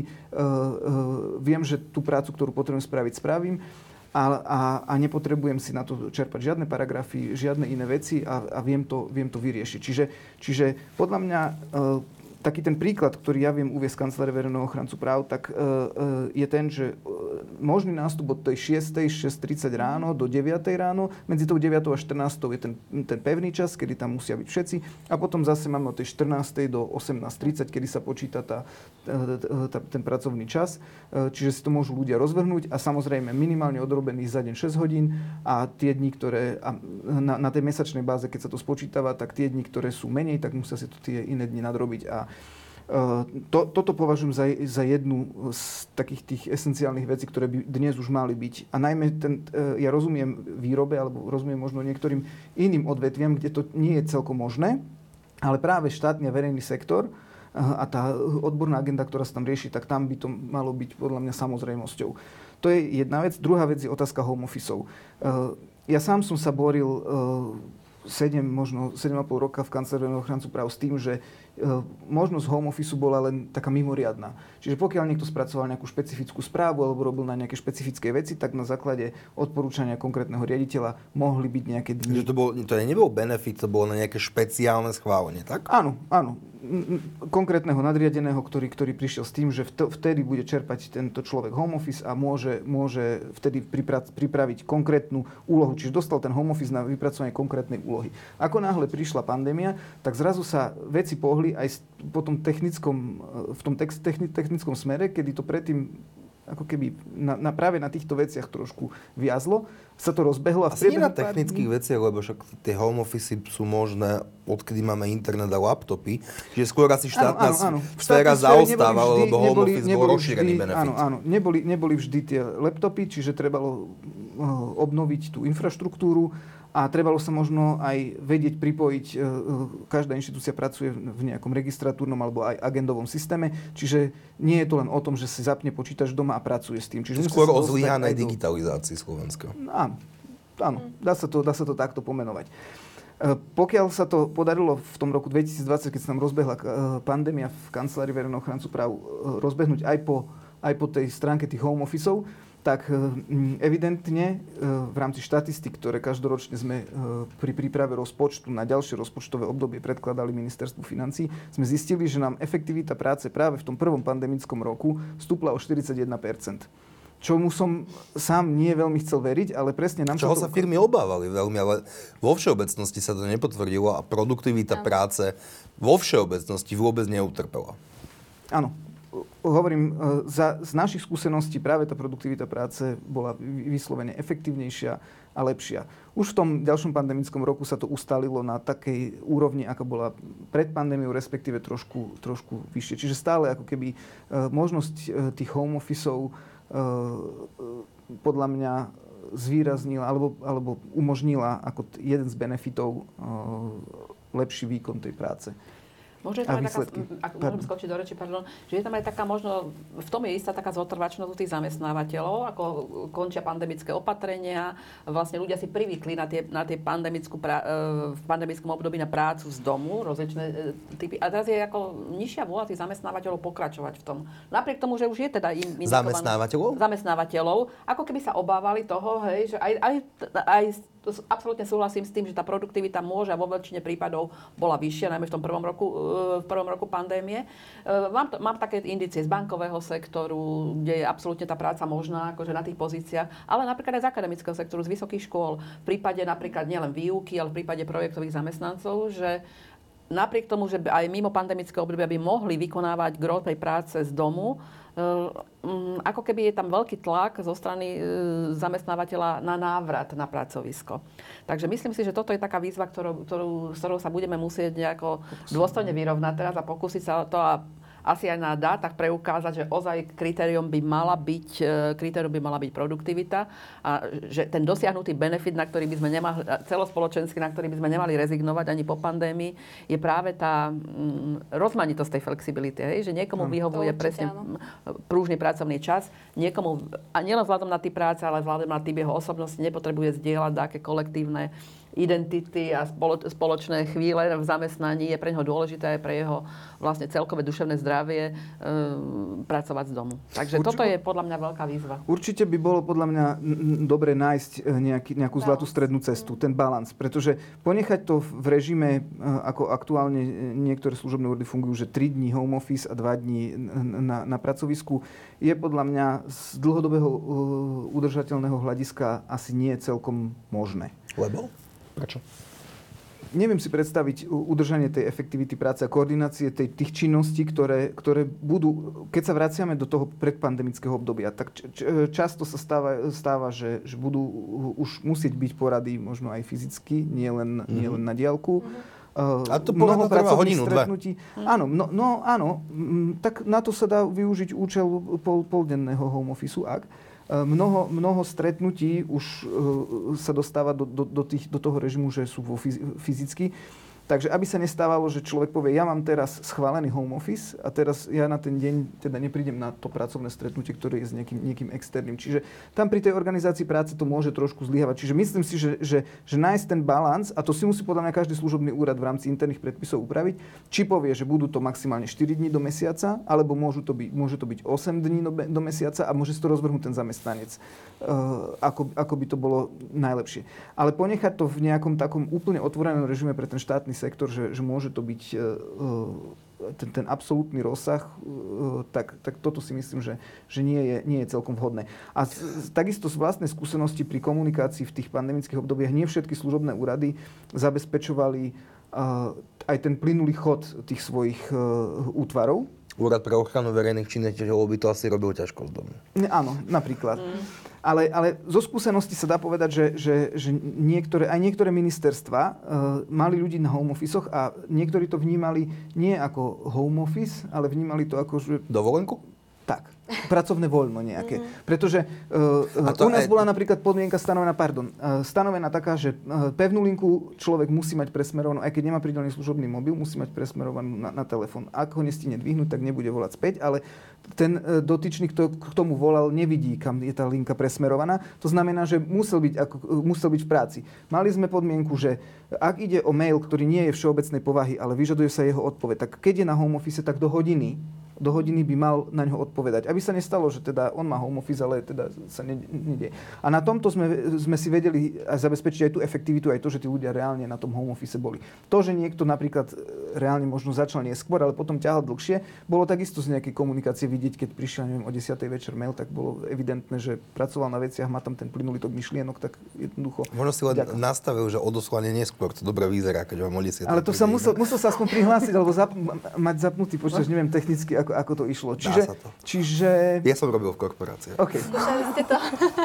viem, že tú prácu, ktorú potrebujem spraviť, spravím a, a, a nepotrebujem si na to čerpať žiadne paragrafy, žiadne iné veci a, a viem, to, viem to vyriešiť. Čiže, čiže podľa mňa taký ten príklad, ktorý ja viem uviesť z kancelárie verejného ochrancu práv, tak je ten, že možný nástup od tej šiestej, šesť tridsať ráno do deviatej ráno, medzi tou deviatou a štrnástou je ten, ten pevný čas, kedy tam musia byť všetci a potom zase máme od tej štrnástej do osemnásť tridsať, kedy sa počíta tá, tá, ten pracovný čas. Čiže si to môžu ľudia rozvrhnúť a samozrejme minimálne odrobených za deň šesť hodín a tie dni, ktoré a na, na tej mesačnej báze, keď sa to spočítava, tak tie dni, ktoré sú menej, tak musia si to tie iné dni nadrobiť. A To, toto považujem za, za jednu z takých tých esenciálnych vecí, ktoré by dnes už mali byť. A najmä ten, ja rozumiem výrobe, alebo rozumiem možno niektorým iným odvetviam, kde to nie je celkom možné, ale práve štátny a verejný sektor a tá odborná agenda, ktorá sa tam rieši, tak tam by to malo byť podľa mňa samozrejmosťou. To je jedna vec. Druhá vec je otázka home officeov. Ja sám som sa boril sedem, možno sedem a pol roka v kancelárii ochrancu práv s tým, že možnosť home office bola len taká mimoriadna. Čiže pokiaľ niekto spracoval nejakú špecifickú správu alebo robil na nejaké špecifické veci, tak na základe odporúčania konkrétneho riaditeľa mohli byť nejaké dni. To, bol, to nebol benefit, to bolo na nejaké špeciálne schválenie, tak? Áno, áno. Konkrétneho nadriadeného, ktorý, ktorý prišiel s tým, že vtedy bude čerpať tento človek home office a môže, môže vtedy pripra- pripraviť konkrétnu úlohu. Čiže dostal ten home office na vypracovanie konkrétnej úlohy. Ako náhle prišla pandémia, tak zrazu sa veci pohli aj po tom technickom, v tom text, technickom smere, kedy to predtým ako keby na, na, práve na týchto veciach trošku viazlo, sa to rozbehlo. A asi nie na technických veciach, lebo však tie home office sú možné, odkedy máme internet a laptopy, čiže skôr asi štátna áno, áno, áno. sféra zaostáva, lebo home neboli, office neboli bol rozšírený vždy, benefit. Áno, áno, neboli, neboli vždy tie laptopy, čiže trebalo obnoviť tú infraštruktúru a trebalo sa možno aj vedieť pripojiť, každá inštitúcia pracuje v nejakom registratúrnom alebo aj agendovom systéme, čiže nie je to len o tom, že si zapne počítač doma a pracuje s tým. Čiže skôr o zlyhanej digitalizácii Slovenska. Áno, áno dá, sa to, dá sa to takto pomenovať. Pokiaľ sa to podarilo v tom roku dvetisícdvadsať, keď sa nám rozbehla pandémia v kancelárii verejného ochrancu práv, rozbehnúť aj po, aj po tej stránke tých home officeov, tak evidentne v rámci štatistík, ktoré každoročne sme pri príprave rozpočtu na ďalšie rozpočtové obdobie predkladali ministerstvu financií, sme zistili, že nám efektivita práce práve v tom prvom pandemickom roku stúpla o štyridsaťjeden percent. Čomu som sám nie veľmi chcel veriť, ale presne nám Čoho sa to... sa firmy obávali veľmi, ale vo všeobecnosti sa to nepotvrdilo a produktivita ja. práce vo všeobecnosti vôbec neutrpela. Áno. Hovorím, za, z našich skúseností práve tá produktivita práce bola vyslovene efektívnejšia a lepšia. Už v tom ďalšom pandemickom roku sa to ustalilo na takej úrovni, ako bola pred pandémiou, respektíve trošku, trošku vyššie. Čiže stále ako keby možnosť tých home officeov podľa mňa zvýraznila alebo, alebo umožnila ako jeden z benefitov lepší výkon tej práce. Môže tam aj taká, ak môžem skočiť do reči, pardon, že je tam aj taká možno, v tom je istá taká zotrvačnosť u tých zamestnávateľov, ako končia pandemické opatrenia, vlastne ľudia si privykli na tie, na tie pandemickú pra, v pandemickom období na prácu z domu, rozličné typy. A teraz je ako nižšia vôľa tých zamestnávateľov pokračovať v tom. Napriek tomu, že už je teda im indikované... Zamestnávateľov? Zamestnávateľov. Ako keby sa obávali toho, hej, že aj, aj, aj absolútne súhlasím s tým, že tá produktivita môže a vo väčšine prípadov bola vyššia, najmä v tom prvom roku, v prvom roku pandémie. Mám, to, mám také indície z bankového sektoru, kde je absolútne tá práca možná akože na tých pozíciách, ale napríklad aj z akademického sektoru, z vysokých škôl, v prípade napríklad nielen výuky, ale v prípade projektových zamestnancov, že napriek tomu, že aj mimo pandemického obdobia by mohli vykonávať gro tej práce z domu, ako keby je tam veľký tlak zo strany zamestnávateľa na návrat na pracovisko. Takže myslím si, že toto je taká výzva, ktorú, ktorú, s ktorou sa budeme musieť nejako dôstojne vyrovnať teraz a pokúsiť sa to a asi aj na dátach preukázať, že ozaj kritérium by mala byť, kritérium by mala byť produktivita a že ten dosiahnutý benefit, na ktorý by sme nemali, celospoločenský, na ktorý by sme nemali rezignovať ani po pandémii, je práve tá mm, rozmanitosť tej flexibility. Hej? Že niekomu hmm. vyhovuje určite, presne áno. prúžny pracovný čas, niekomu, a nielen vzhľadom na typ práce, ale vzhľadom na typ jeho osobnosti, nepotrebuje zdieľať také kolektívne identity a spoločné chvíle v zamestnaní je pre neho dôležité aj pre jeho vlastne celkové duševné zdravie e, pracovať z domu. Takže Určite, toto je podľa mňa veľká výzva. Určite by bolo podľa mňa dobre nájsť nejaký, nejakú zlatú strednú cestu, ten balans. Pretože ponechať to v režime, ako aktuálne niektoré služobné úrady fungujú, že tri dní home office a dva dní na, na pracovisku, je podľa mňa z dlhodobého udržateľného hľadiska asi nie je celkom možné. Lebo? Prečo? Neviem si predstaviť udržanie tej efektivity práce a koordinácie tej, tých činností, ktoré, ktoré budú, keď sa vraciame do toho predpandemického obdobia, tak č, č, často sa stáva, stáva že, že budú už musieť byť porady možno aj fyzicky, nielen mm-hmm. nie len na diaľku. Mm-hmm. A to mnoho trvá hodinu, dve. Áno, no, no áno, tak na to sa dá využiť účel pol, poldenného home officeu, ak. Mnoho, mnoho stretnutí už uh, sa dostáva do, do, do, tých, do toho režimu, že sú vo fyzicky. Takže aby sa nestávalo, že človek povie, ja mám teraz schválený home office a teraz ja na ten deň teda neprídem na to pracovné stretnutie, ktoré je s nejakým, niekým externým. Čiže tam pri tej organizácii práce to môže trošku zlyhávať. Čiže myslím si, že, že, že nájsť ten balans, a to si musí podľa mňa každý služobný úrad v rámci interných predpisov upraviť, či povie, že budú to maximálne štyri dní do mesiaca, alebo môžu to byť, môže to byť osem dní do, do mesiaca a môže si to rozvrhnúť ten zamestnanec, uh, ako, ako by to bolo najlepšie. Ale ponechať to v nejakom takom úplne otvorenom režime pre ten štátny sektor, že, že môže to byť uh, ten, ten absolútny rozsah, uh, tak, tak toto si myslím, že, že nie, je, nie je celkom vhodné. A z, takisto z vlastnej skúsenosti pri komunikácii v tých pandemických obdobiach nie všetky služobné úrady zabezpečovali uh, aj ten plynulý chod tých svojich uh, útvarov. Úrad pre ochranu verejných činiteľov by to asi robil ťažko z domu. Áno, napríklad. Mm. Ale, ale zo skúsenosti sa dá povedať, že, že, že niektoré, aj niektoré ministerstva uh, mali ľudí na home office a niektorí to vnímali nie ako home office, ale vnímali to ako, že... Dovolenku? Tak. Pracovné voľno nejaké. Mm. Pretože uh, u nás aj... bola napríklad podmienka stanovená, pardon, uh, stanovená taká, že uh, pevnú linku človek musí mať presmerovanú, aj keď nemá pridelený služobný mobil, musí mať presmerovanú na, na telefón. Ak ho nestihne dvihnúť, tak nebude volať späť, ale ten uh, dotyčný, kto k tomu volal, nevidí, kam je tá linka presmerovaná. To znamená, že musel byť, ako, uh, musel byť v práci. Mali sme podmienku, že ak ide o mail, ktorý nie je všeobecnej povahy, ale vyžaduje sa jeho odpoveď, tak keď je na home office, tak do hodiny do hodiny by mal na ňo odpovedať. Aby sa nestalo, že teda on má home office, ale teda sa nedie. A na tomto sme, sme si vedeli aj zabezpečiť aj tú efektivitu, aj to, že tí ľudia reálne na tom home office boli. To, že niekto napríklad reálne možno začal neskôr, ale potom ťahal dlhšie, bolo takisto z nejakej komunikácie vidieť, keď prišiel, neviem, o desiatej večer mail, tak bolo evidentné, že pracoval na veciach, má tam ten plynulý tok myšlienok, tak jednoducho. Možno si len ďakujem. Nastavil, že odoslanie neskôr, to dobre vyzerá, keď vám o desiatej. Ale to sa musel, musel sa aspoň prihlásiť, alebo zap, mať zapnutý počítač, neviem technicky, ako, ako to išlo. Čiže, to. čiže... Ja som robil v korporácii. Okay. Skúšali ste to.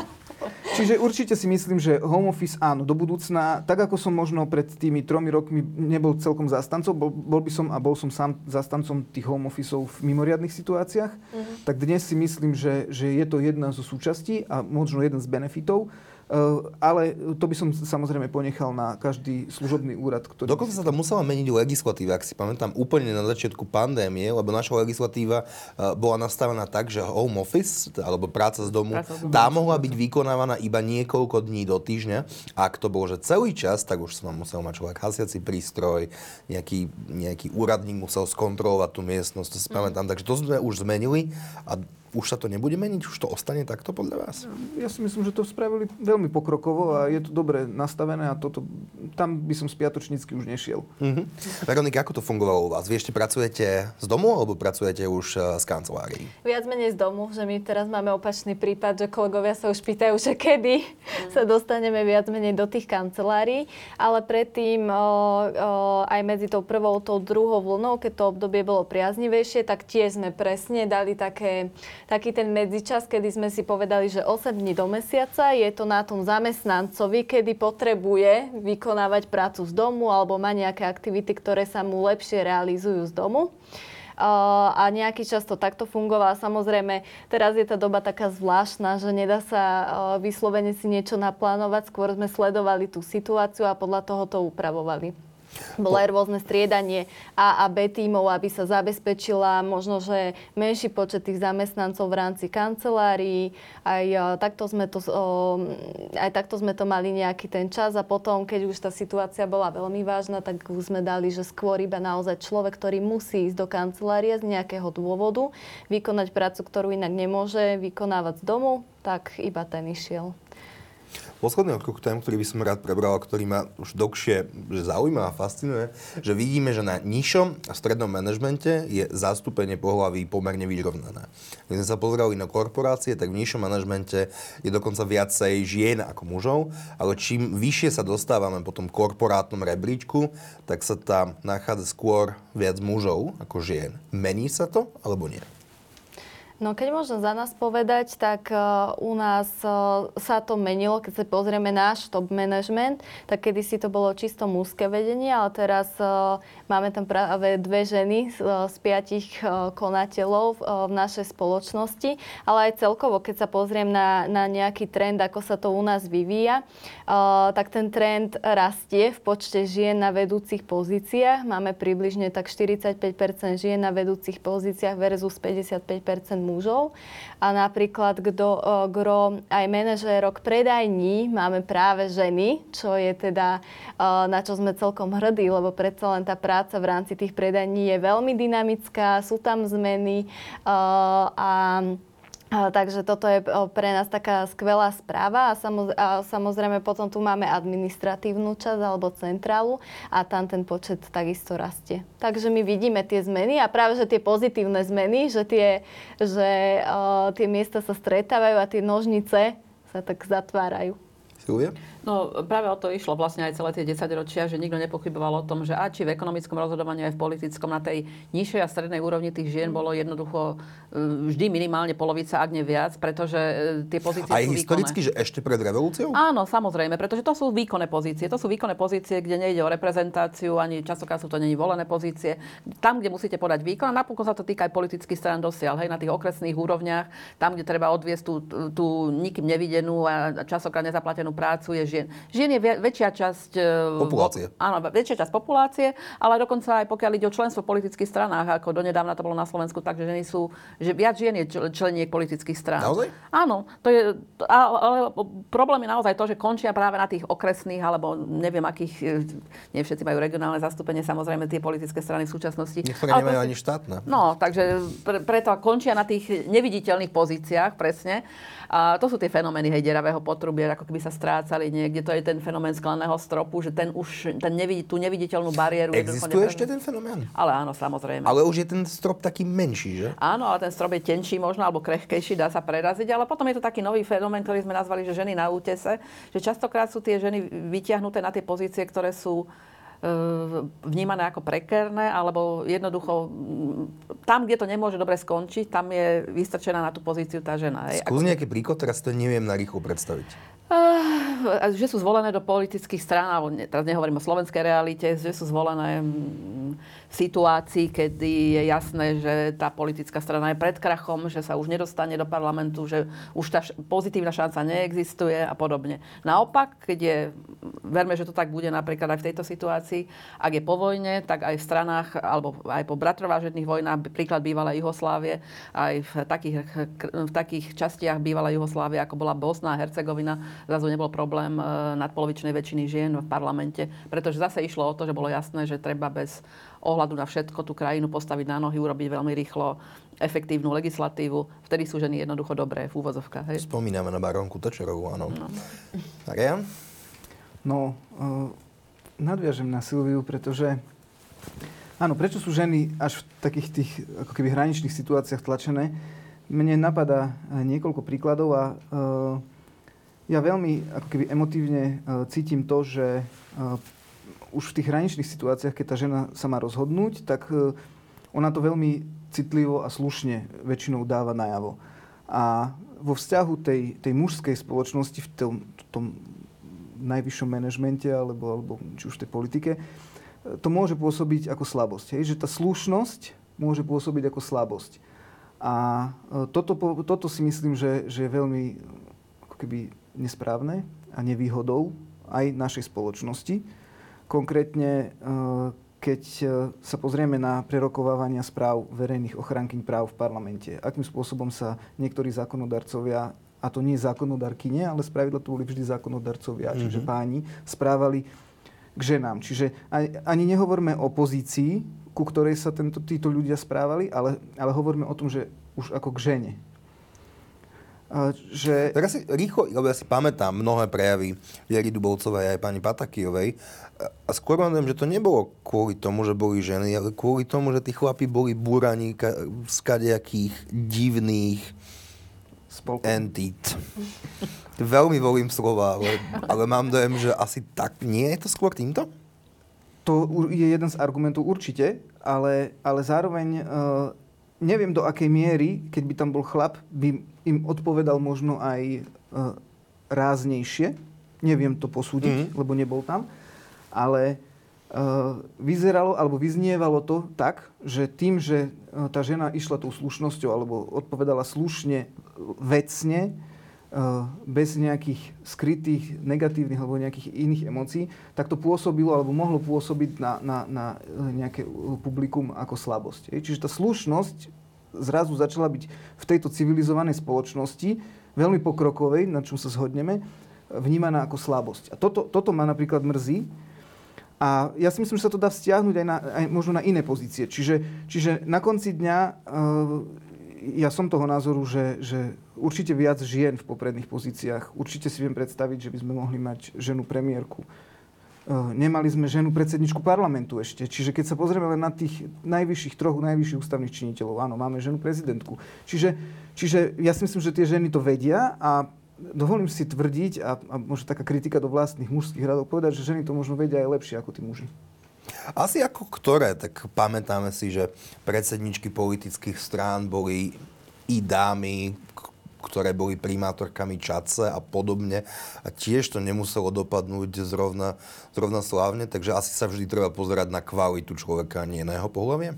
Čiže určite si myslím, že home office áno, do budúcna, tak ako som možno pred tými tromi rokmi nebol celkom zastancom, bol, bol by som a bol som sám zastancom tých home officeov v mimoriadnych situáciách, mm-hmm. tak dnes si myslím, že, že je to jedna zo súčastí a možno jeden z benefitov. Uh, ale to by som samozrejme ponechal na každý služobný úrad, ktorý... Dokonca sa tam musela meniť legislatíva, ak si pamätám, úplne na začiatku pandémie, lebo naša legislatíva uh, bola nastavená tak, že home office, alebo práca z domu, práca z domu tá mohla byť vykonávaná iba niekoľko dní do týždňa. A ak to bolo, že celý čas, tak už som musel mať človek hasiaci prístroj, nejaký, nejaký úradník musel skontrolovať tú miestnosť, to si mm. pamätám. Takže to sme už zmenili a už sa to nebude meniť? Už to ostane takto podľa vás? Ja si myslím, že to spravili veľmi pokrokovo a je to dobre nastavené a toto, tam by som spiatočnícky už nešiel. Mm-hmm. Veronika, ako to fungovalo u vás? Vy ešte pracujete z domu alebo pracujete už z kancelárií? Viac menej z domu, že my teraz máme opačný prípad, že kolegovia sa už pýtajú, že kedy mm. sa dostaneme viac menej do tých kancelárií, ale predtým o, o, aj medzi tou prvou, tou druhou vlnou, keď to obdobie bolo priaznivejšie, tak tiež sme presne dali také taký ten medzičas, kedy sme si povedali, že osem dní do mesiaca je to na tom zamestnancovi, kedy potrebuje vykonávať prácu z domu alebo má nejaké aktivity, ktoré sa mu lepšie realizujú z domu. Uh, a nejaký čas to takto fungovalo. Samozrejme, teraz je tá doba taká zvláštna, že nedá sa uh, vyslovene si niečo naplánovať. Skôr sme sledovali tú situáciu a podľa toho to upravovali. Bolo aj rôzne striedanie A a B tímov, aby sa zabezpečila možno, že menší počet tých zamestnancov v rámci kancelárií. Aj takto sme to, aj takto sme to mali nejaký ten čas a potom, keď už tá situácia bola veľmi vážna, tak sme dali, že skôr iba naozaj človek, ktorý musí ísť do kancelárie z nejakého dôvodu, vykonať prácu, ktorú inak nemôže vykonávať z domu, tak iba ten išiel. Posledný okruh tém, ktorý by som rád prebral, ktorý ma už dlhšie zaujíma a fascinuje, že vidíme, že na nižšom a strednom manažmente je zastúpenie pohlaví pomerne vyrovnané. Keď sme sa pozerali na korporácie, tak v nižšom manažmente je dokonca viacej žien ako mužov, ale čím vyššie sa dostávame po tom korporátnom rebríčku, tak sa tam nachádza skôr viac mužov ako žien. Mení sa to, alebo nie? No keď môžem za nás povedať, tak uh, u nás uh, sa to menilo, keď sa pozrieme náš top management, tak kedysi to bolo čisto mužské vedenie, ale teraz uh, máme tam práve dve ženy uh, z piatich uh, konateľov uh, v našej spoločnosti, ale aj celkovo, keď sa pozriem na, na nejaký trend, ako sa to u nás vyvíja, uh, tak ten trend rastie v počte žien na vedúcich pozíciách. Máme približne tak štyridsaťpäť percent žien na vedúcich pozíciách versus päťdesiatpäť percent mužov. A napríklad kdo, gro aj manažérok predajní máme práve ženy, čo je teda na čo sme celkom hrdí, lebo predsa len tá práca v rámci tých predajní je veľmi dynamická, sú tam zmeny a takže toto je pre nás taká skvelá správa a, samoz, a samozrejme potom tu máme administratívnu časť alebo centrálu a tam ten počet takisto rastie. Takže my vidíme tie zmeny a práve, že tie pozitívne zmeny, že tie, že, uh, tie miesta sa stretávajú a tie nožnice sa tak zatvárajú. Silvia? No práve o to išlo vlastne aj celé tie desaťročia, že nikto nepochyboval o tom, že a či v ekonomickom rozhodovaní aj v politickom na tej nižšej a strednej úrovni tých žien bolo jednoducho vždy minimálne polovica, ak nie viac, pretože tie pozície aj sú výkonné. Aj historicky, že ešte pred revolúciou? Áno, samozrejme, pretože to sú výkonné pozície. To sú výkonné pozície, kde nejde o reprezentáciu, ani častokrát sú to není volené pozície. Tam, kde musíte podať výkon, a napokon sa to týka aj politických strán dosiaľ, hej, na tých okresných úrovniach, tam, kde treba odviesť tú, tú nikým nevidenú a častokrát nezaplatenú prácu, je žien. Žien je väčšia časť populácie. Vo, áno, väčšia časť populácie, ale dokonca aj pokiaľ ide o členstvo v politických stranách, ako donedávna to bolo na Slovensku, takže ženy sú, že viac žien je členiek politických strán. Naozaj? Áno, to je, ale problém je naozaj to, že končia práve na tých okresných, alebo neviem akých, nie všetci majú regionálne zastúpenie, samozrejme tie politické strany v súčasnosti. Niektoré nemajú ani štátne. No, takže pre, preto končia na tých neviditeľných pozíciách, presne. A to sú tie fenomény, hej, deravého potrubia, ako keby sa strácali niekde. To je ten fenomén skleného stropu, že ten už, ten nevidí, tú neviditeľnú bariéru... Existuje ešte ten fenomén? Ale áno, samozrejme. Ale už je ten strop taký menší, že? Áno, ale ten strop je tenčí možno, alebo krehkejší, dá sa preraziť, ale potom je to taký nový fenomén, ktorý sme nazvali, že ženy na útese, že častokrát sú tie ženy vytiahnuté na tie pozície, ktoré sú vnímané ako prekérne, alebo jednoducho tam, kde to nemôže dobre skončiť, tam je vystrčená na tú pozíciu tá žena. Skús nejaký príklad, teraz to neviem na rýchlo predstaviť. Uh, že sú zvolené do politických strán, alebo ne, teraz nehovorím o slovenskej realite, že sú zvolené v situácii, kedy je jasné, že tá politická strana je pred krachom, že sa už nedostane do parlamentu, že už tá pozitívna šanca neexistuje a podobne. Naopak, keď je, verme, že to tak bude napríklad aj v tejto situácii, ak je po vojne, tak aj v stranách, alebo aj po bratrovážedných vojnách, príklad bývalej Juhoslávie, aj v takých, v takých častiach bývalej Juhoslávie, ako bola Bosna a Hercegovina, zrazu nebol problém nadpolovičnej väčšiny žien v parlamente, pretože zase išlo o to, že bolo jasné, že treba bez ohľadu na všetko tú krajinu postaviť na nohy, urobiť veľmi rýchlo efektívnu legislatívu. Vtedy sú ženy jednoducho dobré v úvozovkách. Hej? Spomíname na barónku Thatcherovú, áno. No. Marian? No, uh, nadviažem na Silviu, pretože áno, prečo sú ženy až v takých tých ako keby hraničných situáciách tlačené? Mne napadá niekoľko príkladov a uh, ja veľmi ako keby emotívne uh, cítim to, že uh, už v tých hraničných situáciách, keď tá žena sa má rozhodnúť, tak uh, ona to veľmi citlivo a slušne väčšinou dáva najavo. A vo vzťahu tej, tej mužskej spoločnosti v tom, tom najvyššom manažmente alebo, alebo či už v tej politike, to môže pôsobiť ako slabosť. Hej? Že tá slušnosť môže pôsobiť ako slabosť. A toto, toto si myslím, že, že je veľmi ako keby nesprávne a nevýhodou aj našej spoločnosti. Konkrétne, keď sa pozrieme na prerokovávania správ verejných ochrankyň práv v parlamente, akým spôsobom sa niektorí zákonodarcovia, a to nie zákonodarkyne, ale spravidla to boli vždy zákonodarcovia, mm-hmm. čiže páni, správali k ženám. Čiže ani nehovoríme o pozícii, ku ktorej sa tento, títo ľudia správali, ale, ale hovoríme o tom, že už ako k žene. Že... Tak asi rýchlo, lebo ja si pamätám mnohé prejavy Viery Dubovcovej aj pani Patakijovej a skôr vám viem, že to nebolo kvôli tomu, že boli ženy, ale kvôli tomu, že tí chlapi boli búraní z kadejakých divných Spolkom. entít. Veľmi volím slova, ale, ale mám dojem, že asi tak nie je to skôr týmto? To je jeden z argumentov určite, ale, ale zároveň uh, neviem do akej miery, keď by tam bol chlap, by im odpovedal možno aj uh, ráznejšie. Neviem to posúdiť, mm-hmm. lebo nebol tam. Ale uh, vyzeralo, alebo vyznievalo to tak, že tým, že uh, tá žena išla tou slušnosťou, alebo odpovedala slušne, vecne, bez nejakých skrytých negatívnych alebo nejakých iných emócií, tak to pôsobilo alebo mohlo pôsobiť na, na, na nejaké publikum ako slabosť. Čiže tá slušnosť zrazu začala byť v tejto civilizovanej spoločnosti, veľmi pokrokovej, na čom sa zhodneme, vnímaná ako slabosť. A toto, toto ma napríklad mrzí. A ja si myslím, že sa to dá vzťahnuť aj, na, aj možno na iné pozície. Čiže, čiže na konci dňa ja som toho názoru, že, že určite viac žien v popredných pozíciách. Určite si viem predstaviť, že by sme mohli mať ženu premiérku. Nemali sme ženu predsedničku parlamentu ešte. Čiže keď sa pozrieme len na tých najvyšších troch, najvyšších ústavných činiteľov, áno, máme ženu prezidentku. Čiže, čiže ja si myslím, že tie ženy to vedia a dovolím si tvrdiť, a, a možno taká kritika do vlastných mužských radov, povedať, že ženy to možno vedia aj lepšie ako tí muži. Asi ako ktoré, tak pamätáme si, že predsedničky politických strán boli i dámy, ktoré boli primátorkami Čadce a podobne. A tiež to nemuselo dopadnúť zrovna, zrovna slávne, takže asi sa vždy treba pozerať na kvalitu človeka, nie na jeho pohlavie?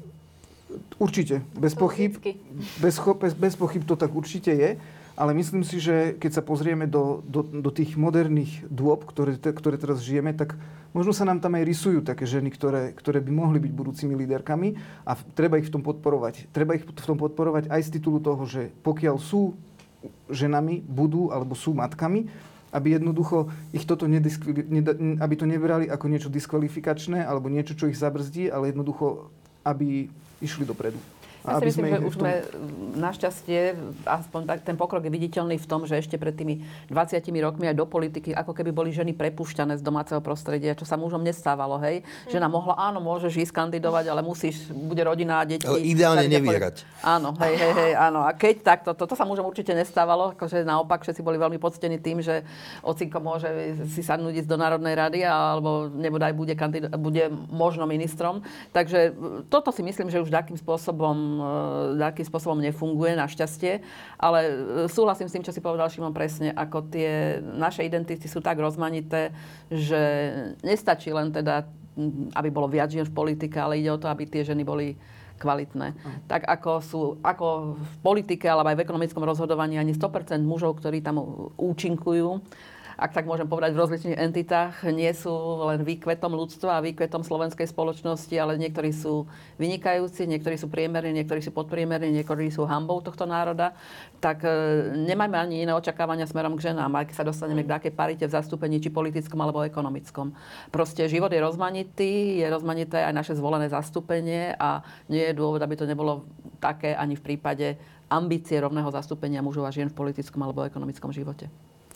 Určite, bez pochyb. Bez, bez, bez pochyb to tak určite je. Ale myslím si, že keď sa pozrieme do, do, do tých moderných dôb, ktoré, te, ktoré teraz žijeme, tak možno sa nám tam aj rysujú také ženy, ktoré, ktoré by mohli byť budúcimi líderkami a v, treba ich v tom podporovať. Treba ich v tom podporovať aj z titulu toho, že pokiaľ sú ženami, budú alebo sú matkami, aby jednoducho ich toto nediskvali, neda, aby to nebrali ako niečo diskvalifikačné alebo niečo, čo ich zabrzdí, ale jednoducho, aby išli dopredu. Ja si myslím, že už sme našťastie, aspoň tak, ten pokrok je viditeľný v tom, že ešte pred tými dvadsiatimi rokmi aj do politiky, ako keby boli ženy prepúšťané z domáceho prostredia, čo sa mužom nestávalo, hej. Žena mohla, áno, môžeš ísť kandidovať, ale musíš, bude rodina a deti. Ale ideálne nevierať. Áno, hej, hej, hej, áno. A keď takto, toto to sa mužom určite nestávalo, akože naopak, všetci boli veľmi poctení tým, že ocinko môže si sadnúť ísť do Národnej rady, alebo nebodaj bude, kandid- bude možno ministrom. Takže toto si myslím, že už takým spôsobom akým spôsobom nefunguje, našťastie. Ale súhlasím s tým, čo si povedal Šimon presne, ako tie naše identity sú tak rozmanité, že nestačí len teda, aby bolo viac žien v politike, ale ide o to, aby tie ženy boli kvalitné. Mm. Tak ako sú, ako v politike, alebo aj v ekonomickom rozhodovaní ani sto percent mužov, ktorí tam účinkujú, ak tak môžem povedať, v rozličných entitách nie sú len výkvetom ľudstva a výkvetom slovenskej spoločnosti, ale niektorí sú vynikajúci, niektorí sú priemerní, niektorí sú podpriemerní, niektorí sú hanbou tohto národa, tak e, nemáme ani iné očakávania smerom k ženám, aj keď sa dostaneme k takej parite v zastúpení, či politickom alebo ekonomickom. Proste život je rozmanitý, je rozmanité aj naše zvolené zastúpenie a nie je dôvod, aby to nebolo také ani v prípade ambície rovného zastúpenia mužov a žien v politickom alebo ekonomickom živote.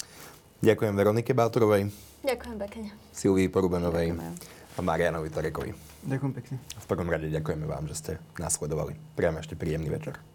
Ďakujem Veronike Bátorovej. Ďakujem pekne. Silvii Porubenovej a Marianovi Tarekovi. Ďakujem pekne. V prvom rade ďakujeme vám, že ste nás sledovali. Priam ešte príjemný večer.